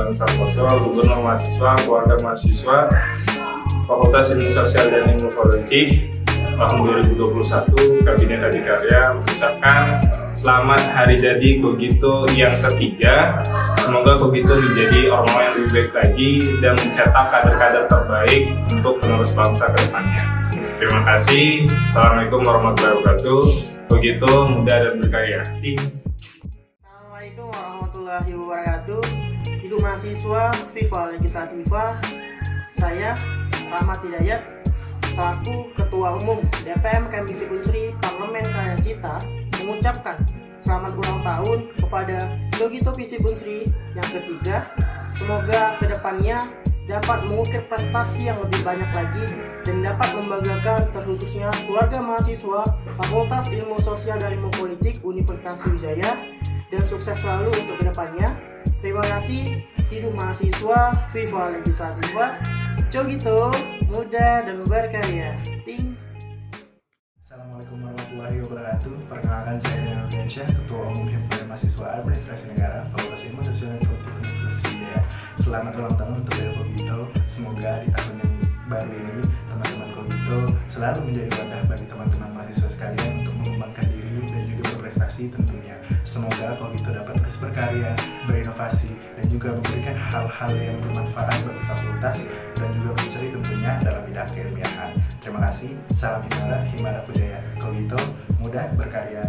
Bambang Santoso, Gubernur Mahasiswa, Keluarga Mahasiswa, Fakultas Ilmu Sosial dan Ilmu Politik tahun 2021, Kabinet Adikarya mengucapkan selamat hari jadi Kogito yang ketiga. Semoga Kogito menjadi orang yang lebih baik lagi dan mencetak kader-kader terbaik untuk penerus bangsa ke depannya. Terima kasih. Assalamualaikum warahmatullahi wabarakatuh. Kogito muda dan berkarya. Assalamualaikum warahmatullahi wabarakatuh. Hidup mahasiswa, Viva Legislativa. Saya Rahmat Hidayat selaku Ketua Umum DPM Komisi Unsri Parlemen Karya Cita mengucapkan selamat ulang tahun kepada Kogito Visi Unsri yang ketiga. Semoga kedepannya dapat mengukir prestasi yang lebih banyak lagi dan dapat membanggakan terkhususnya keluarga mahasiswa Fakultas Ilmu Sosial dan Ilmu Politik Universitas Sriwijaya, dan sukses selalu untuk kedepannya. Terima kasih. Hidup mahasiswa, Viva Legislativa. Kogito muda dan berkarya. Ting. Assalamualaikum warahmatullahi wabarakatuh. Perkenalkan, saya Daniel Diansyah, Ketua Umum Himpunan Mahasiswa Administrasi Negara Fakultas Ilmu Sosial dan Politik Universitas Sriwijaya. Selamat ulang tahun untuk Kogito. Semoga di tahun yang baru ini teman-teman Kogito selalu menjadi wadah bagi teman-teman mahasiswa sekalian untuk mengembangkan diri dan juga berprestasi tentunya. Semoga Kogito dapat terus berkarya, berinovasi, dan juga memberikan hal-hal yang bermanfaat bagi fakultas dan juga mencari tentunya dalam bidang keilmiahan. Terima kasih. Salam Himara Budaya. Kogito muda berkarya.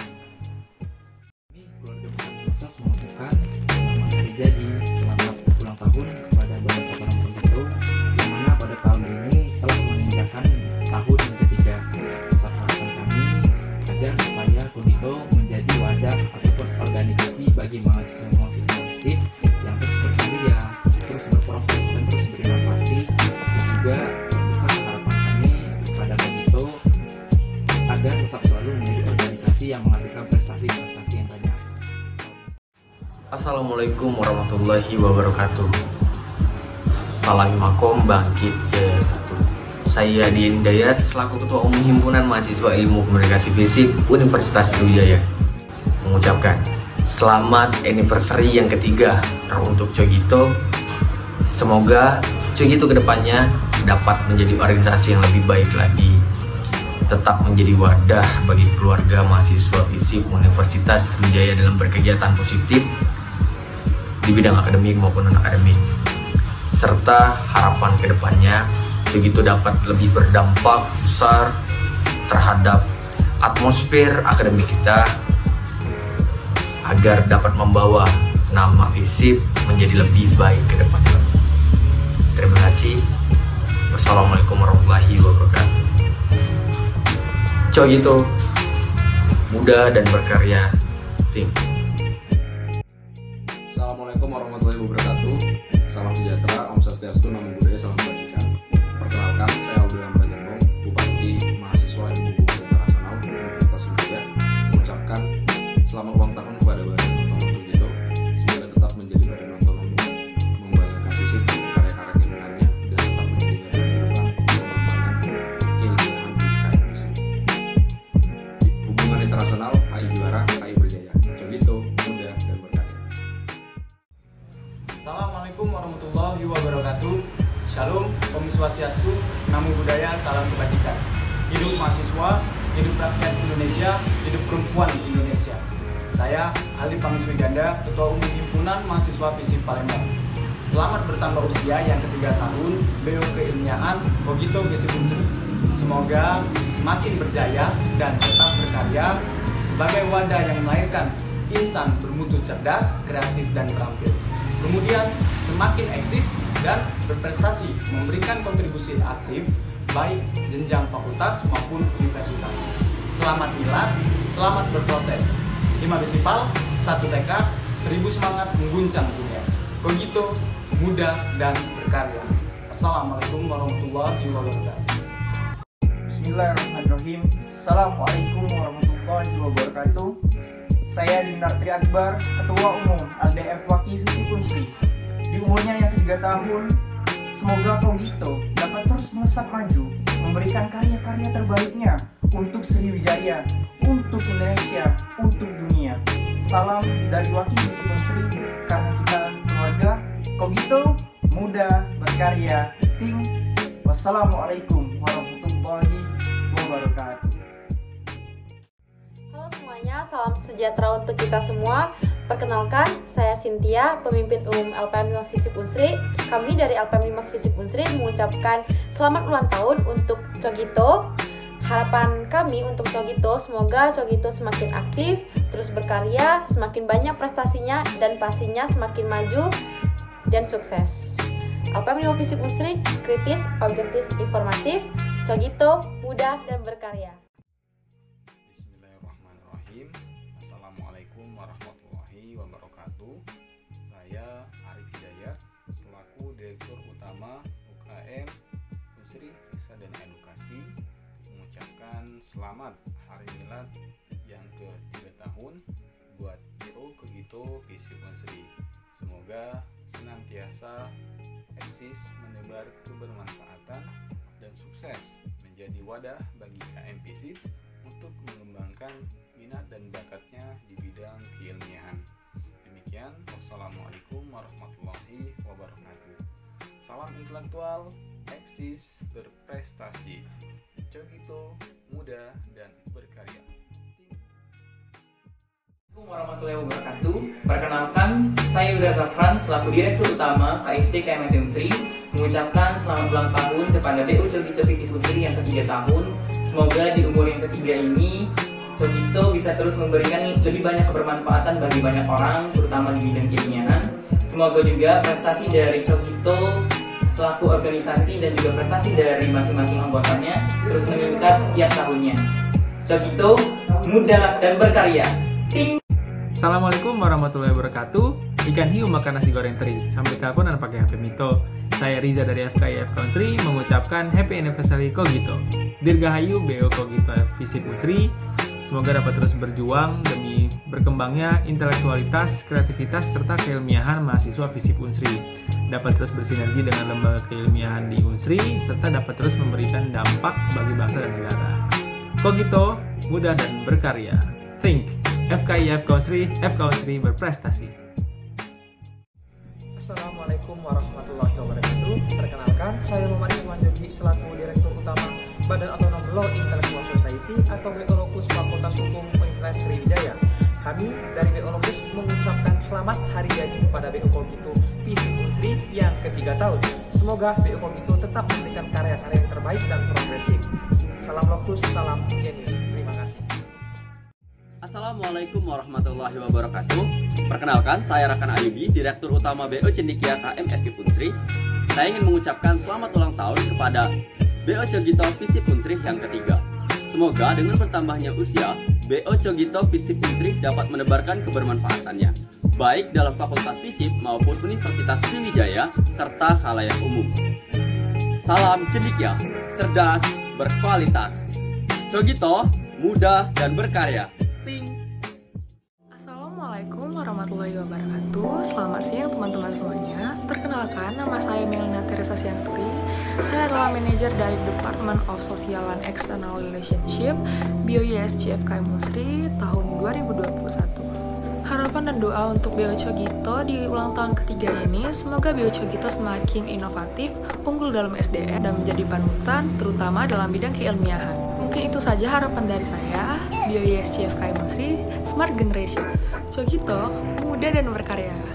Keluarga besar Texas mengucapkan selamat hari jadi, selamat ulang tahun kepada Bapak Kogito, yang mana pada tahun ini telah menginjakkan tahun yang ketiga. Besar harapan kami agar supaya Kogito menjadi wadah ataupun organisasi bagi mahasiswa-mahasiswa FISIP yang terus berkarya, terus berproses dan terus berinovasi. Dan juga besar harapan kami kepada Kogito agar tetap selalu menjadi organisasi yang menghasilkan prestasi-prestasi yang banyak. Assalamualaikum warahmatullahi wabarakatuh. Salam makom bangkit jaya satu. Saya Dian Hidayat selaku Ketua Umum Himpunan Mahasiswa Ilmu Komunikasi FISIP Universitas Sriwijaya mengucapkan selamat anniversary yang ketiga teruntuk Kogito. Semoga Kogito kedepannya dapat menjadi organisasi yang lebih baik lagi, tetap menjadi wadah bagi keluarga mahasiswa FISIP Universitas Sriwijaya dalam berkegiatan positif di bidang akademik maupun non-akademik, serta harapan kedepannya Kogito dapat lebih berdampak besar terhadap atmosfer akademik kita agar dapat membawa nama FISIP menjadi lebih baik ke depannya. Terima kasih. Wassalamualaikum warahmatullahi wabarakatuh. Kogito muda dan berkarya. Tim. Assalamualaikum warahmatullahi wabarakatuh. Salam sejahtera, Om Swastiastu, Namo Buddhaya, salam kebajikan. Perkenalkan, saya Abdul Hamid Jambong, Bupati Mahasiswa Ilmu Hukum Internasional Universitas Sriwijaya, mengucapkan selamat ulang tahun kepada Badan Otonom Kogito. Semoga tetap menjadi Badan Otonom membanggakan FISIP dan karya-karya keilmuannya dan tetap menjadi garda terdepan pengembangan keilmuan pendidikan FISIP. Hubungan internasional, HI juara, HI berjaya. Kogito muda dan berkarya. Assalamualaikum warahmatullahi wabarakatuh. Shalom, Om Swastiastu, Namo Buddhaya, salam kebajikan. Hidup mahasiswa, hidup rakyat Indonesia, hidup perempuan Indonesia. Saya Ali Pangestu Ganda, Ketua Umum Himpunan Mahasiswa FISIP Palembang. Selamat bertambah usia yang ketiga tahun BO Keilmiahan Kogito Visi Unsri. Semoga semakin berjaya dan tetap berkarya sebagai wadah yang melahirkan insan bermutu cerdas, kreatif, dan terampil. Kemudian semakin eksis dan berprestasi, memberikan kontribusi aktif baik jenjang fakultas maupun universitas. Selamat milad, selamat berproses. 5 desibel, 1 tekad, 1000 semangat mengguncang dunia. Kogito muda dan berkarya. Assalamualaikum warahmatullahi wabarakatuh. Bismillahirrahmanirrahim. Assalamualaikum warahmatullahi wabarakatuh. Saya Dinar Tri Akbar, Ketua Umum LDF Wakil FISIP Unsri. Di umurnya yang ketiga tahun, semoga Kogito dapat terus melesat maju, memberikan karya-karya terbaiknya untuk Sriwijaya, untuk Indonesia, untuk dunia. Salam dari Wakil FISIP Unsri, karena kita keluarga. Cogito, muda, berkarya, ting. Wassalamualaikum warahmatullahi wabarakatuh. Halo semuanya, salam sejahtera untuk kita semua. Perkenalkan, saya Cynthia, pemimpin umum LPM 5 Fisip Unsri. Kami dari LPM 5 Fisip Unsri mengucapkan selamat ulang tahun untuk Cogito. Harapan kami untuk Cogito, semoga Cogito semakin aktif, terus berkarya, semakin banyak prestasinya, dan pastinya semakin maju dan sukses. LPM 5 Fisip Unsri, kritis, objektif, informatif, Cogito, muda, dan berkarya. Bismillahirrahmanirrahim. Assalamualaikum warahmatullahi wabarakatuh. Saya Arif Hidayat selaku Direktur Utama UKM Unsri Riset dan Edukasi mengucapkan selamat Hari Milad yang ke-3 tahun buat BO Cogito Fisip Unsri. Semoga senantiasa eksis menebar kebermanfaatan dan sukses menjadi wadah bagi KM Fisip untuk mengembangkan minat dan bakatnya di bidang keilmiahan. Demikian, wassalamualaikum warahmatullahi wabarakatuh. Salam intelektual, eksis, berprestasi. Cogito, muda, dan berkarya. Assalamualaikum warahmatullahi wabarakatuh. Perkenalkan, saya Yudha Zafran selaku Direktur Utama KSD KMT Unsri mengucapkan selamat ulang tahun kepada BO Cogito Fisip Unsri yang ke-3 tahun. Semoga di umur yang ke-3 ini Cogito bisa terus memberikan lebih banyak kebermanfaatan bagi banyak orang, terutama di bidang keilmiahan. Semoga juga prestasi dari Cogito selaku organisasi dan juga prestasi dari masing-masing anggotanya terus meningkat setiap tahunnya. Cogito, muda dan berkarya. Ting. Assalamualaikum warahmatullahi wabarakatuh. Ikan hiu makan nasi goreng teri. Sampai teleponan pakai HP Mito. Saya Riza dari FKIF Unsri mengucapkan Happy Anniversary Cogito. Dirgahayu BO Cogito Fisip Unsri. Semoga dapat terus berjuang demi berkembangnya intelektualitas, kreativitas, serta keilmiahan mahasiswa Fisip Unsri. Dapat terus bersinergi dengan lembaga keilmiahan di Unsri, serta dapat terus memberikan dampak bagi bangsa dan negara. Cogito, mudah dan berkarya. Think, FKIF Unsri, FK Unsri berprestasi. Assalamualaikum warahmatullahi wabarakatuh. Perkenalkan, saya Muhammad Iwan Yogi selaku Direktur Utama Badan Otonom Law Intellectual Society atau BO-Lokus Fakultas Hukum Universitas Sriwijaya. Kami dari BO-Lokus mengucapkan selamat hari jadi kepada BO Cogito Fisip Unsri yang ke-3 tahun. Semoga BO Cogito tetap memberikan karya-karya yang terbaik dan progresif. Salam Lokus, salam jenius. Terima kasih. Assalamualaikum warahmatullahi wabarakatuh. Perkenalkan, saya Rakan Ayubi, Direktur Utama BO Cendikia KM FK Unsri. Saya ingin mengucapkan selamat ulang tahun kepada BO Cogito Fisip Unsri yang ke-3. Semoga dengan bertambahnya usia, BO Cogito Fisip Unsri dapat menebarkan kebermanfaatannya, baik dalam Fakultas Fisip maupun Universitas Sriwijaya, serta khalayak umum. Salam Cendikia, cerdas, berkualitas. Cogito, muda, dan berkarya. Ting. Assalamualaikum warahmatullahi wabarakatuh. Selamat siang teman-teman semuanya. Perkenalkan, nama saya Melina Teresa Sianturi. Saya adalah manajer dari Department of Social and External Relationship BOYSC FKM Unsri tahun 2021. Harapan dan doa untuk BO Cogito di ulang tahun ke-3 ini, semoga BO Cogito semakin inovatif, unggul dalam SDM, dan menjadi panutan, terutama dalam bidang keilmiahan. Mungkin itu saja harapan dari saya, BOYSC FKM Unsri, Smart Generation. Cogito, muda dan berkarya.